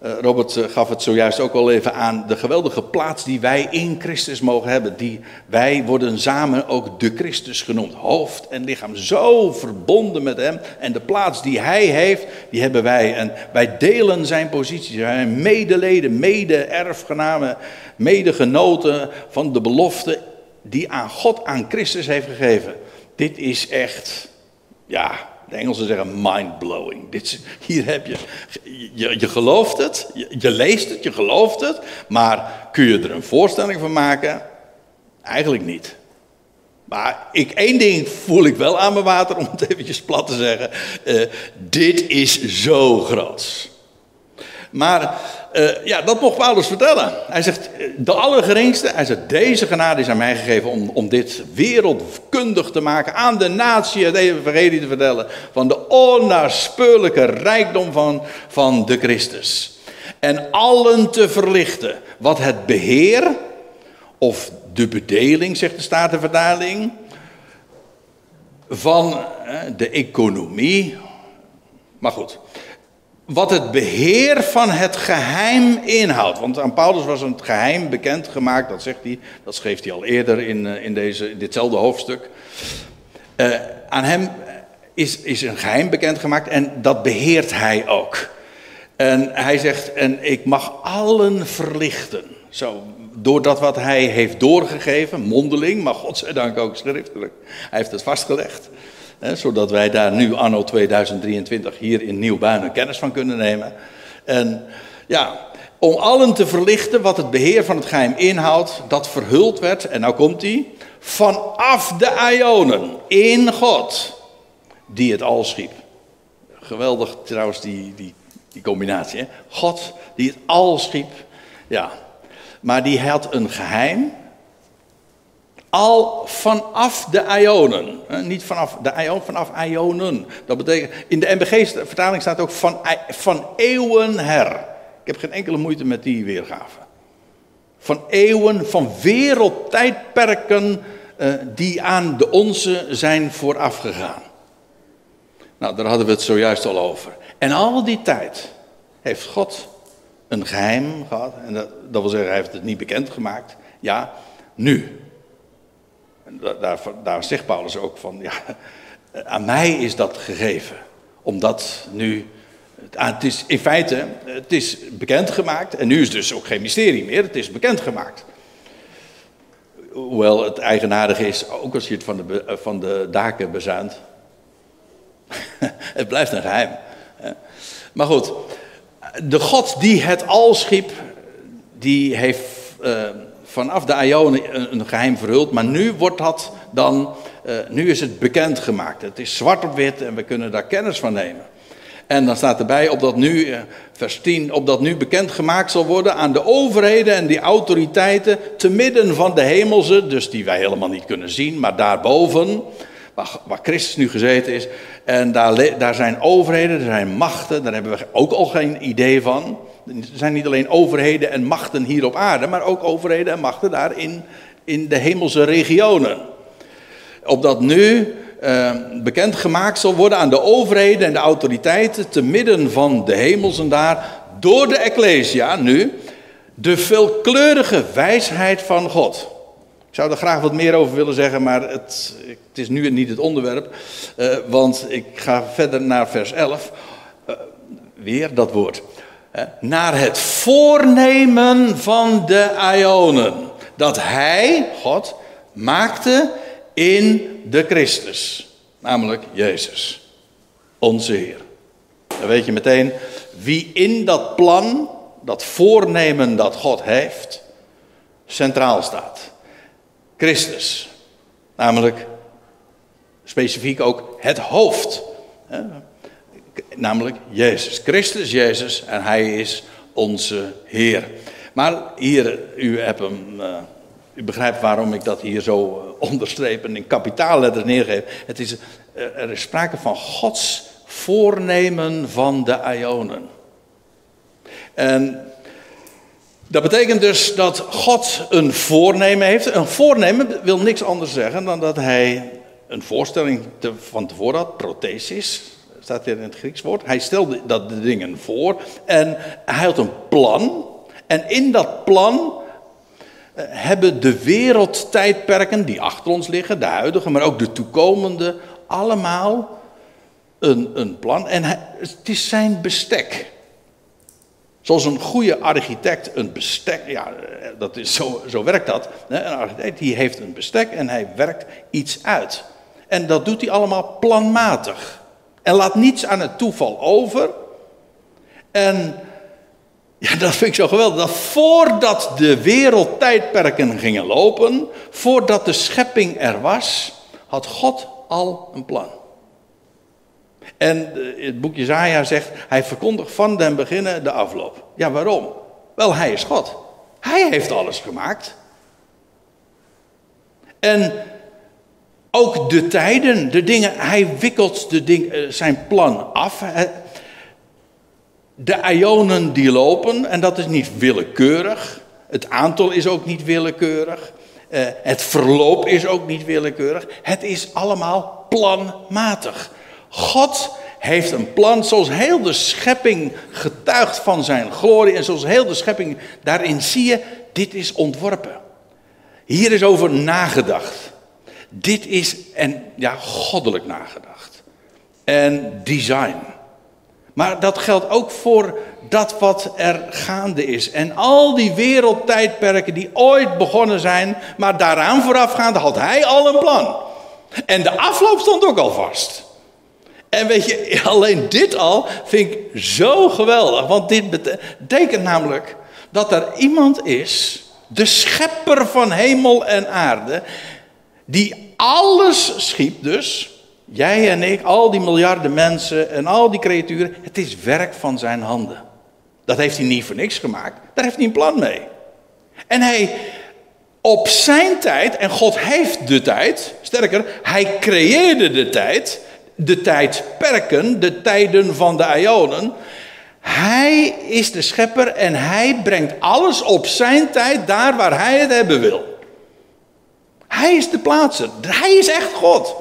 Uh, Robert uh, gaf het zojuist ook al even aan. De geweldige plaats die wij in Christus mogen hebben. Die, wij worden samen ook de Christus genoemd. Hoofd en lichaam. Zo verbonden met hem. En de plaats die hij heeft, die hebben wij. En wij delen zijn positie. Wij zijn medeleden, mede-erfgenamen, medegenoten van de belofte die aan God, aan Christus heeft gegeven. Dit is echt, ja... De Engelsen zeggen mind-blowing. Dit, hier heb je, je, je gelooft het, je, je leest het, je gelooft het, maar kun je er een voorstelling van maken? Eigenlijk niet. Maar ik, één ding voel ik wel aan mijn water, om het eventjes plat te zeggen. Uh, dit is zo groot. Maar uh, ja, dat mocht Paulus vertellen. Hij zegt, de allergeringste, hij zegt, deze genade is aan mij gegeven om, om dit wereldkundig te maken, aan de natie het evangelie te vertellen, van de onnaspeurlijke rijkdom van, van de Christus. En allen te verlichten wat het beheer, of de bedeling, zegt de Statenvertaling, van uh, de economie, maar goed... Wat het beheer van het geheim inhoudt. Want aan Paulus was het geheim bekendgemaakt, dat zegt hij. Dat schreef hij al eerder in, in, deze, in ditzelfde hoofdstuk. Uh, aan hem is, is een geheim bekendgemaakt en dat beheert hij ook. En hij zegt, en ik mag allen verlichten. Zo, door dat wat hij heeft doorgegeven, mondeling, maar godzijdank ook schriftelijk. Hij heeft het vastgelegd. He, zodat wij daar nu anno tweeduizend drieëntwintig hier in Nieuwbuinen kennis van kunnen nemen. En ja, om allen te verlichten wat het beheer van het geheim inhoudt, dat verhuld werd, en nou komt hij, vanaf de aionen in God, die het al schiep. Geweldig trouwens die, die, die combinatie. Hè? God die het al schiep, ja. Maar die had een geheim. Al vanaf de aionen. Niet vanaf de aionen, vanaf aionen. Dat betekent, in de N B G-vertaling staat ook van, van eeuwen her. Ik heb geen enkele moeite met die weergave. Van eeuwen, van wereldtijdperken uh, die aan de onze zijn voorafgegaan. Nou, daar hadden we het zojuist al over. En al die tijd heeft God een geheim gehad. En dat, dat wil zeggen, hij heeft het niet bekendgemaakt. Ja, nu. Daar, daar zegt Paulus ook van, ja, aan mij is dat gegeven. Omdat nu, het is in feite, het is bekendgemaakt. En nu is het dus ook geen mysterie meer, het is bekendgemaakt. Hoewel het eigenaardige is, ook als je het van de, van de daken bezuint. Het blijft een geheim. Maar goed, de God die het al schiep, die heeft... Uh, vanaf de aionen een geheim verhuld, maar nu wordt dat dan, uh, nu is het bekendgemaakt. Het is zwart op wit en we kunnen daar kennis van nemen. En dan staat erbij, opdat nu, uh, vers tien, opdat nu bekendgemaakt zal worden aan de overheden en die autoriteiten, te midden van de hemelse, dus die wij helemaal niet kunnen zien, maar daarboven, waar, waar Christus nu gezeten is, en daar, daar zijn overheden, er zijn machten, daar hebben we ook al geen idee van. Er zijn niet alleen overheden en machten hier op aarde, maar ook overheden en machten daar in, in de hemelse regionen. Opdat nu uh, bekendgemaakt zal worden aan de overheden en de autoriteiten, te midden van de hemelsen daar, door de Ecclesia nu, de veelkleurige wijsheid van God. Ik zou er graag wat meer over willen zeggen, maar het, het is nu niet het onderwerp. Uh, want ik ga verder naar vers elf. Uh, weer dat woord. Uh, naar het voornemen van de aionen. Dat hij, God, maakte in de Christus. Namelijk Jezus. Onze Heer. Dan weet je meteen wie in dat plan, dat voornemen dat God heeft, centraal staat. Christus. Namelijk specifiek ook het hoofd. Hè? Namelijk Jezus. Christus, Jezus en hij is onze Heer. Maar hier, u hebt hem, uh, u begrijpt waarom ik dat hier zo uh, onderstreep en in kapitaalletters neergeef. Het is, uh, er is sprake van Gods voornemen van de aionen. En dat betekent dus dat God een voornemen heeft. Een voornemen wil niks anders zeggen dan dat hij een voorstelling te, van tevoren had, prothesis. staat hier in het Grieks woord. Hij stelde dat de dingen voor en hij had een plan. En in dat plan uh, hebben de wereldtijdperken die achter ons liggen, de huidige, maar ook de toekomende, allemaal een, een plan. En hij, het is zijn bestek. Zoals een goede architect een bestek, ja, dat is, zo, zo werkt dat. Een architect die heeft een bestek en hij werkt iets uit. En dat doet hij allemaal planmatig. En laat niets aan het toeval over. En ja, dat vind ik zo geweldig. Dat voordat de wereldtijdperken gingen lopen, voordat de schepping er was, had God al een plan. En het boek Jesaja zegt, hij verkondigt van den beginnen de afloop. Ja, waarom? Wel, hij is God. Hij heeft alles gemaakt. En ook de tijden, de dingen, hij wikkelt de ding, zijn plan af. De eonen die lopen, en dat is niet willekeurig. Het aantal is ook niet willekeurig. Het verloop is ook niet willekeurig. Het is allemaal planmatig. God heeft een plan, zoals heel de schepping getuigt van zijn glorie. En zoals heel de schepping, daarin zie je, dit is ontworpen. Hier is over nagedacht. Dit is, en ja, goddelijk nagedacht. En design. Maar dat geldt ook voor dat wat er gaande is. En al die wereldtijdperken die ooit begonnen zijn, maar daaraan voorafgaand had hij al een plan. En de afloop stond ook al vast. En weet je, alleen dit al vind ik zo geweldig. Want dit betekent namelijk dat er iemand is, de schepper van hemel en aarde, die alles schiep dus. Jij en ik, al die miljarden mensen en al die creaturen. Het is werk van zijn handen. Dat heeft hij niet voor niks gemaakt. Daar heeft hij een plan mee. En hij, op zijn tijd, en God heeft de tijd. Sterker, hij creëerde de tijd. De tijdperken, de tijden van de eonen. Hij is de schepper en hij brengt alles op zijn tijd daar waar hij het hebben wil. Hij is de plaatser. Hij is echt God.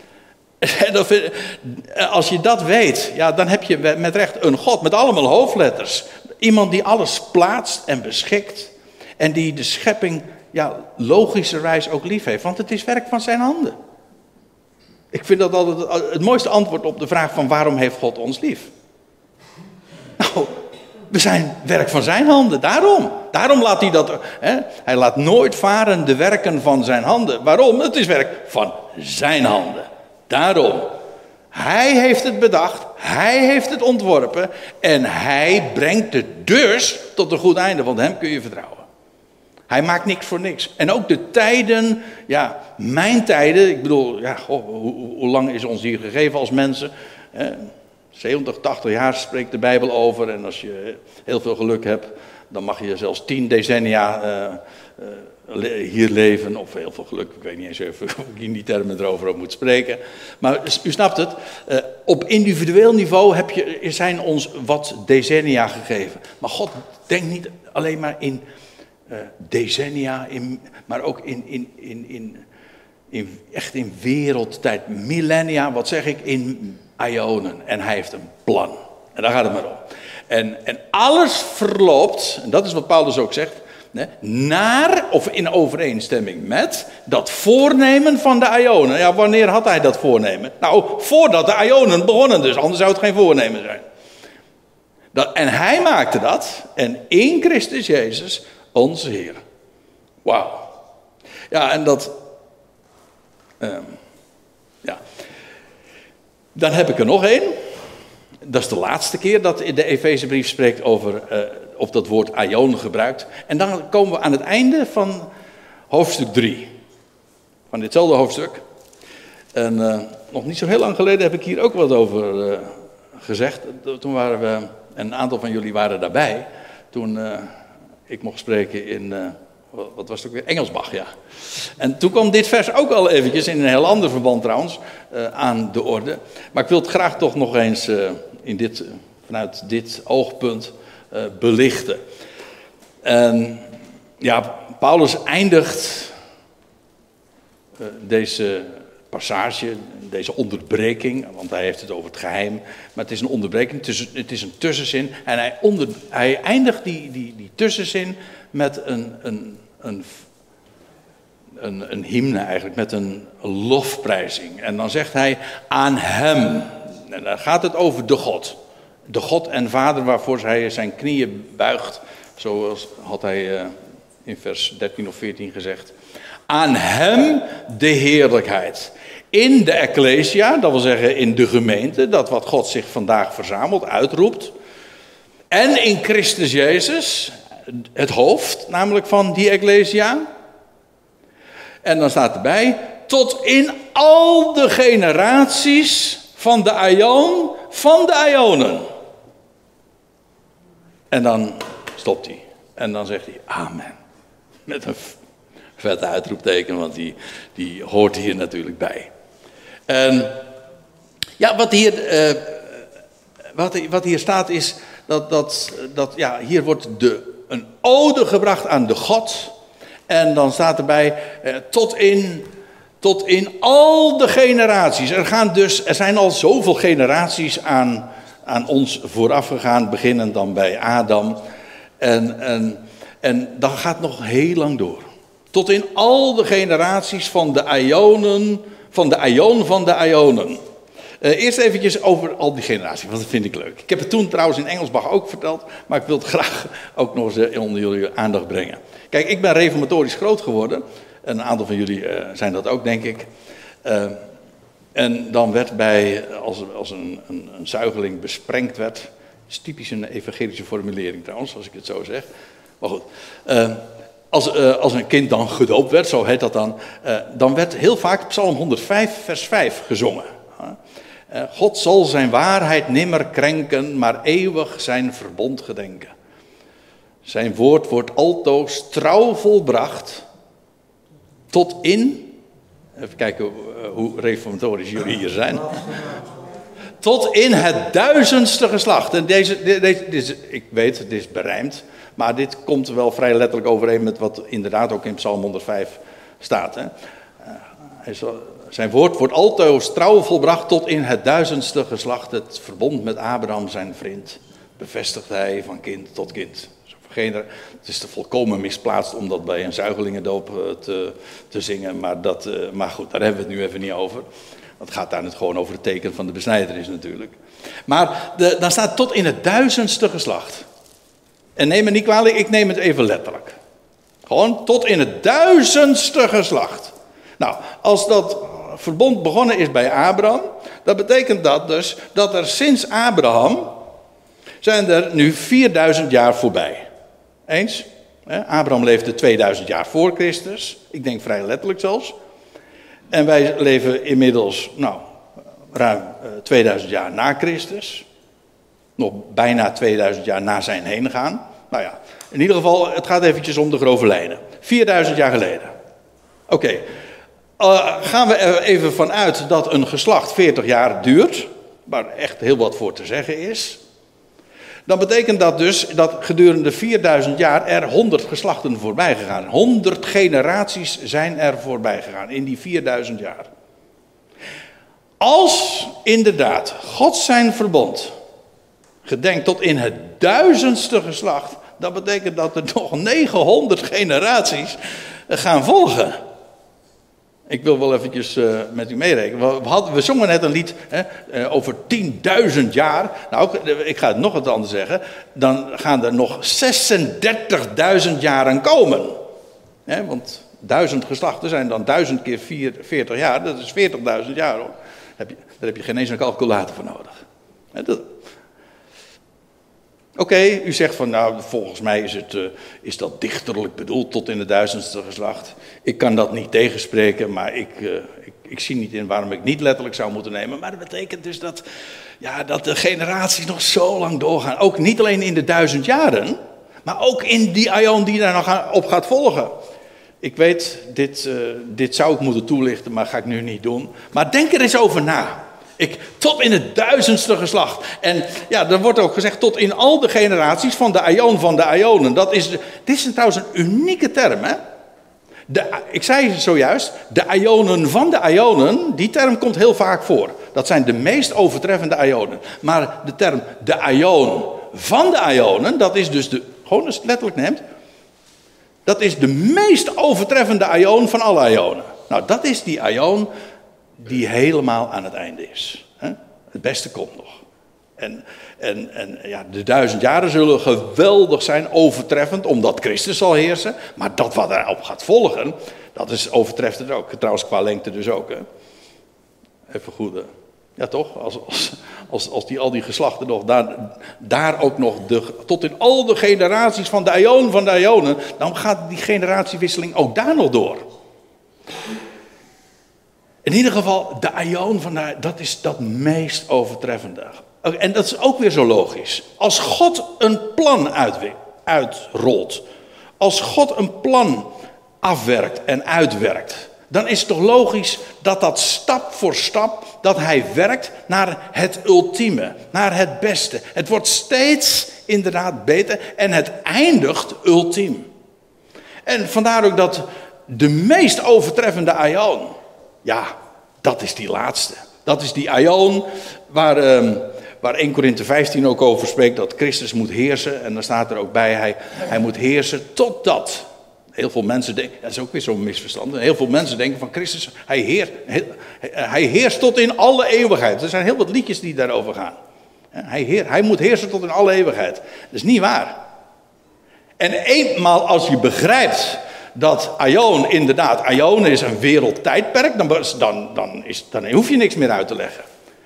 Als je dat weet, ja, dan heb je met recht een God met allemaal hoofdletters. Iemand die alles plaatst en beschikt. En die de schepping, ja, logischerwijs ook lief heeft. Want het is werk van zijn handen. Ik vind dat altijd het mooiste antwoord op de vraag van waarom heeft God ons lief? Nou, we zijn werk van zijn handen, daarom. Daarom laat hij dat, hè? Hij laat nooit varen de werken van zijn handen. Waarom? Het is werk van zijn handen. Daarom. Hij heeft het bedacht, hij heeft het ontworpen en hij brengt het dus tot een goed einde, want hem kun je vertrouwen. Hij maakt niks voor niks. En ook de tijden, ja, mijn tijden, ik bedoel, ja, goh, hoe, hoe lang is ons hier gegeven als mensen? Eh, zeventig, tachtig jaar spreekt de Bijbel over en als je heel veel geluk hebt, dan mag je zelfs tien decennia uh, uh, hier leven, of heel veel geluk, ik weet niet eens even of ik in die termen erover ook moet spreken. Maar u snapt het, uh, op individueel niveau heb je, zijn ons wat decennia gegeven. Maar God denkt niet alleen maar in uh, decennia, in, maar ook in, in, in, in, in, echt in wereldtijd, millennia, wat zeg ik, in eonen. En hij heeft een plan. En daar gaat het maar om. En, en alles verloopt, en dat is wat Paulus ook zegt, nee, naar, of in overeenstemming met, dat voornemen van de eonen. Ja, wanneer had hij dat voornemen? Nou, voordat de eonen begonnen dus, anders zou het geen voornemen zijn. Dat, en hij maakte dat, en in Christus Jezus, onze Heer. Wauw. Ja, en dat, um, ja. Dan heb ik er nog één. Dat is de laatste keer dat de Efezebrief spreekt over, uh, of dat woord aion gebruikt. En dan komen we aan het einde van hoofdstuk drie. Van ditzelfde hoofdstuk. En uh, nog niet zo heel lang geleden heb ik hier ook wat over uh, gezegd. Toen waren we, en een aantal van jullie waren daarbij. Toen uh, ik mocht spreken in, uh, wat was het ook weer? Engelsbach, ja. En toen kwam dit vers ook al eventjes, in een heel ander verband trouwens, uh, aan de orde. Maar ik wil het graag toch nog eens uh, in dit, vanuit dit oogpunt uh, belichten. En ja, Paulus eindigt uh, deze passage, deze onderbreking, want hij heeft het over het geheim, maar het is een onderbreking, het is een tussenzin. En hij, onder, hij eindigt die, die, die tussenzin met een, een, een, een, een hymne eigenlijk, met een lofprijzing. En dan zegt hij aan hem, en dan gaat het over de God. De God en Vader waarvoor hij zijn knieën buigt, zoals had hij uh, in vers dertien of veertien gezegd. Aan hem de heerlijkheid. In de Ecclesia, dat wil zeggen in de gemeente, dat wat God zich vandaag verzamelt, uitroept. En in Christus Jezus, het hoofd namelijk van die Ecclesia. En dan staat erbij, tot in al de generaties van de aion van de aionen. En dan stopt hij. En dan zegt hij amen. Met een vette uitroepteken, want die, die hoort hier natuurlijk bij. En ja, wat hier, uh, wat, wat hier staat is dat, dat, dat ja, hier wordt de, een ode gebracht aan de God. En dan staat erbij uh, tot in, tot in al de generaties. Er, gaan dus, er zijn al zoveel generaties aan, aan ons vooraf gegaan, beginnend dan bij Adam. En, en, en dat gaat nog heel lang door. Tot in al de generaties van de aionen, van de aion van de aionen. Uh, eerst eventjes over al die generaties, want dat vind ik leuk. Ik heb het toen trouwens in Engelsbach ook verteld, maar ik wil het graag ook nog eens onder jullie aandacht brengen. Kijk, ik ben reformatorisch groot geworden. Een aantal van jullie uh, zijn dat ook, denk ik. Uh, en dan werd bij, als, als een, een, een zuigeling besprengd werd, dat is typisch een evangelische formulering trouwens, als ik het zo zeg. Maar goed, uh, als, uh, als een kind dan gedoopt werd, zo heet dat dan, uh, dan werd heel vaak Psalm honderdvijf vers vijf gezongen. Uh, God zal zijn waarheid nimmer krenken, maar eeuwig zijn verbond gedenken. Zijn woord wordt altoos trouw volbracht, tot in, even kijken hoe reformatorisch jullie hier zijn, tot in het duizendste geslacht. En deze, deze, deze, ik weet, het is berijmd, maar dit komt wel vrij letterlijk overeen met wat inderdaad ook in Psalm honderdvijf staat. Hè. Hij zal, zijn woord wordt altoos trouw volbracht tot in het duizendste geslacht. Het verbond met Abraham zijn vriend bevestigt hij van kind tot kind. Het is te volkomen misplaatst om dat bij een zuigelingendoop te, te zingen. Maar, dat, maar goed, daar hebben we het nu even niet over. Want het gaat daar net gewoon over het teken van de besnijdenis natuurlijk. Maar de, dan staat tot in het duizendste geslacht. En neem me niet kwalijk, ik neem het even letterlijk. Gewoon tot in het duizendste geslacht. Nou, als dat verbond begonnen is bij Abraham, dan betekent dat dus dat er sinds Abraham zijn er nu vierduizend jaar voorbij. Eens? Abraham leefde tweeduizend jaar voor Christus. Ik denk vrij letterlijk zelfs. En wij leven inmiddels, nou, ruim tweeduizend jaar na Christus. Nog bijna tweeduizend jaar na zijn heen gaan. Nou ja, in ieder geval, het gaat eventjes om de grove lijnen. vierduizend jaar geleden. Oké. Okay. Uh, gaan we er even vanuit dat een geslacht veertig jaar duurt. Waar echt heel wat voor te zeggen is. Dan betekent dat dus dat gedurende vierduizend jaar er honderd geslachten voorbij gegaan. honderd generaties zijn er voorbij gegaan in die vierduizend jaar. Als inderdaad God zijn verbond gedenkt tot in het duizendste geslacht, dat betekent dat er nog negenhonderd generaties gaan volgen. Ik wil wel eventjes uh, met u meerekenen. We, hadden, we zongen net een lied hè, uh, over tienduizend jaar. Nou, ik ga het nog wat anders zeggen. Dan gaan er nog zesendertigduizend jaren komen. Hè, want duizend geslachten zijn dan duizend keer vier, veertig jaar. Dat is veertigduizend jaar hoor. Heb je, daar heb je geen eens een calculator voor nodig. Hè, dat... Oké, okay, u zegt van nou, volgens mij is, het, uh, is dat dichterlijk bedoeld tot in het duizendste geslacht. Ik kan dat niet tegenspreken, maar ik, uh, ik, ik zie niet in waarom ik niet letterlijk zou moeten nemen. Maar dat betekent dus dat, ja, dat de generaties nog zo lang doorgaan. Ook niet alleen in de duizend jaren, maar ook in die aion die daar nog op gaat volgen. Ik weet, dit, uh, dit zou ik moeten toelichten, maar ga ik nu niet doen. Maar denk er eens over na. Ik, tot in het duizendste geslacht. En ja, er wordt ook gezegd tot in al de generaties van de aion van de aionen. Dat is, dit is trouwens een unieke term, hè? De, ik zei zojuist, de aionen van de aionen, die term komt heel vaak voor. Dat zijn de meest overtreffende aionen. Maar de term de aion van de aionen, dat is dus de, gewoon als je het letterlijk neemt, dat is de meest overtreffende aion van alle aionen. Nou, dat is die aion die helemaal aan het einde is. Het beste komt nog. En, en, en ja, de duizend jaren zullen geweldig zijn, overtreffend, omdat Christus zal heersen. Maar dat wat erop gaat volgen, dat is overtreffend ook. Trouwens, qua lengte dus ook. Hè. Even goed. Hè. Ja, toch? Als, als, als, als die, al die geslachten nog, daar, daar ook nog, de, tot in al de generaties van de aion van de aionen, dan gaat die generatiewisseling ook daar nog door. In ieder geval, de aion van de, dat is dat meest overtreffende. En dat is ook weer zo logisch. Als God een plan uitrolt, als God een plan afwerkt en uitwerkt, dan is het toch logisch dat dat stap voor stap, dat hij werkt naar het ultieme, naar het beste. Het wordt steeds inderdaad beter en het eindigt ultiem. En vandaar ook dat de meest overtreffende aion, ja, dat is die laatste. Dat is die aion waar, um, waar Eerste Korinthe vijftien ook over spreekt, dat Christus moet heersen. En dan staat er ook bij, hij, hij moet heersen totdat. Heel veel mensen denken, dat is ook weer zo'n misverstand. Heel veel mensen denken van Christus, hij, heer, hij heerst tot in alle eeuwigheid. Er zijn heel wat liedjes die daarover gaan. Hij, heer, hij moet heersen tot in alle eeuwigheid. Dat is niet waar. En eenmaal als je begrijpt dat aion inderdaad, aion is een wereldtijdperk, dan, dan, dan, is, dan hoef je niks meer uit te leggen.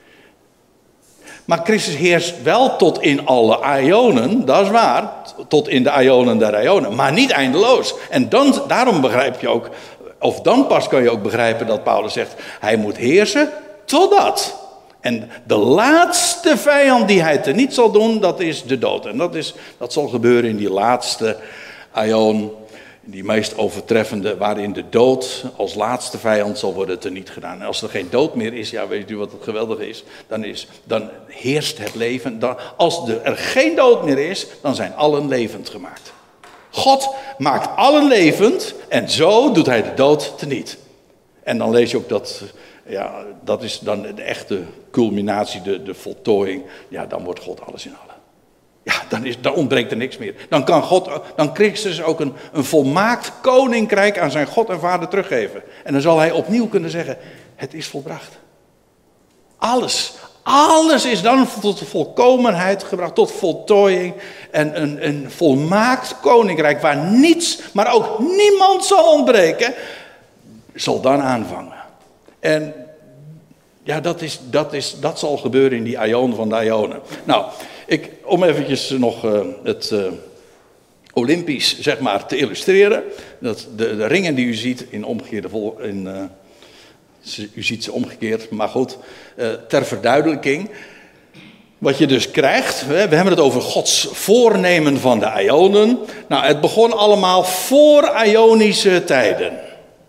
Maar Christus heerst wel tot in alle aionen, dat is waar, tot in de aionen der aionen, maar niet eindeloos. En dan, daarom begrijp je ook, of dan pas kan je ook begrijpen dat Paulus zegt, hij moet heersen totdat. En de laatste vijand die hij teniet zal doen, dat is de dood. En dat, is, dat zal gebeuren in die laatste aion, die meest overtreffende, waarin de dood als laatste vijand zal worden teniet gedaan. En als er geen dood meer is, ja, weet u wat het geweldige is? Dan, is, dan heerst het leven. Dan, als er geen dood meer is, dan zijn allen levend gemaakt. God maakt allen levend en zo doet hij de dood teniet. En dan lees je ook dat, ja, dat is dan de echte culminatie, de, de voltooiing. Ja, dan wordt God alles in allen. Ja, dan, is, dan ontbreekt er niks meer. Dan kan God, dan Christus ook een, een volmaakt koninkrijk aan zijn God en Vader teruggeven. En dan zal hij opnieuw kunnen zeggen, het is volbracht. Alles, alles is dan tot volkomenheid gebracht, tot voltooiing. En een, een volmaakt koninkrijk waar niets, maar ook niemand zal ontbreken, zal dan aanvangen. En ja, dat, is, dat, is, dat zal gebeuren in die aion van de aionen. Nou, ik, om eventjes nog uh, het uh, Olympisch, zeg maar, te illustreren. Dat de, de ringen die u ziet in omgekeerde vol, in, uh, u ziet ze omgekeerd, maar goed, uh, ter verduidelijking. Wat je dus krijgt, we hebben het over Gods voornemen van de aionen. Nou, het begon allemaal voor Aionische tijden.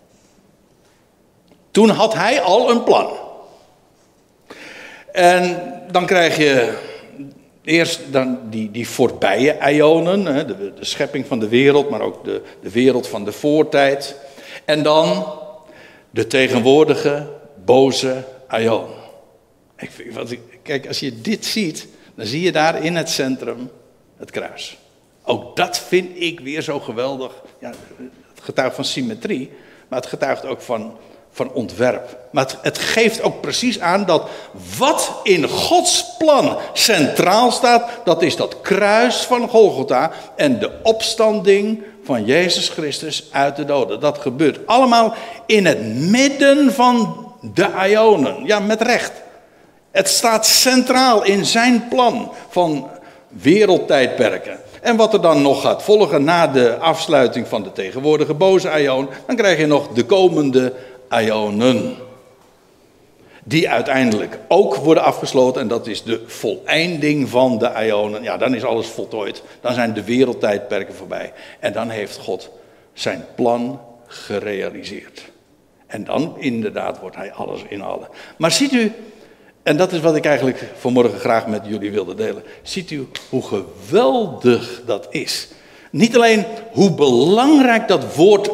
Toen had hij al een plan. En dan krijg je eerst dan die, die voorbije aionen, de, de schepping van de wereld, maar ook de, de wereld van de voortijd. En dan de tegenwoordige boze aion. Ik vind, wat ik, kijk, als je dit ziet, dan zie je daar in het centrum het kruis. Ook dat vind ik weer zo geweldig. Ja, het getuigt van symmetrie, maar het getuigt ook van, van ontwerp. Maar het, het geeft ook precies aan dat wat in Gods plan centraal staat, dat is dat kruis van Golgotha en de opstanding van Jezus Christus uit de doden. Dat gebeurt allemaal in het midden van de aionen. Ja, met recht. Het staat centraal in zijn plan van wereldtijdperken. En wat er dan nog gaat volgen na de afsluiting van de tegenwoordige boze aion, dan krijg je nog de komende aionen. Die uiteindelijk ook worden afgesloten. En dat is de voleinding van de aionen. Ja, dan is alles voltooid. Dan zijn de wereldtijdperken voorbij. En dan heeft God zijn plan gerealiseerd. En dan inderdaad wordt hij alles in allen. Maar ziet u, en dat is wat ik eigenlijk vanmorgen graag met jullie wilde delen. Ziet u hoe geweldig dat is. Niet alleen hoe belangrijk dat woord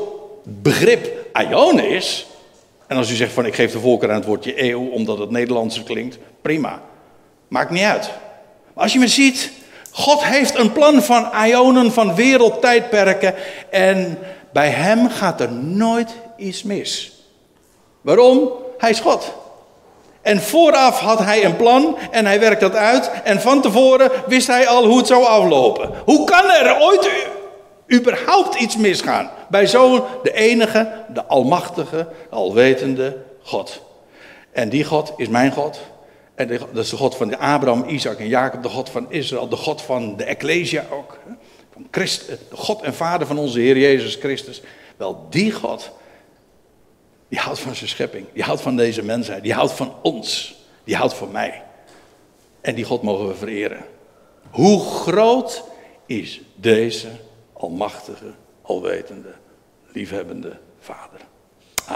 begrip aion is. En als u zegt van ik geef de voorkeur aan het woordje eeuw omdat het Nederlands klinkt, prima. Maakt niet uit. Maar als je me ziet, God heeft een plan van aionen, van wereldtijdperken. En bij hem gaat er nooit iets mis. Waarom? Hij is God. En vooraf had hij een plan en hij werkt dat uit. En van tevoren wist hij al hoe het zou aflopen. Hoe kan er ooit u, überhaupt iets misgaan? Bij zo'n, de enige, de almachtige, alwetende God. En die God is mijn God. En dat is de God van Abraham, Isaac en Jacob. De God van Israël. De God van de Ecclesia ook. Van Christ, de God en Vader van onze Heer Jezus Christus. Wel, die God, die houdt van zijn schepping. Die houdt van deze mensheid. Die houdt van ons. Die houdt van mij. En die God mogen we vereren. Hoe groot is deze almachtige, alwetende, liefhebbende Vader?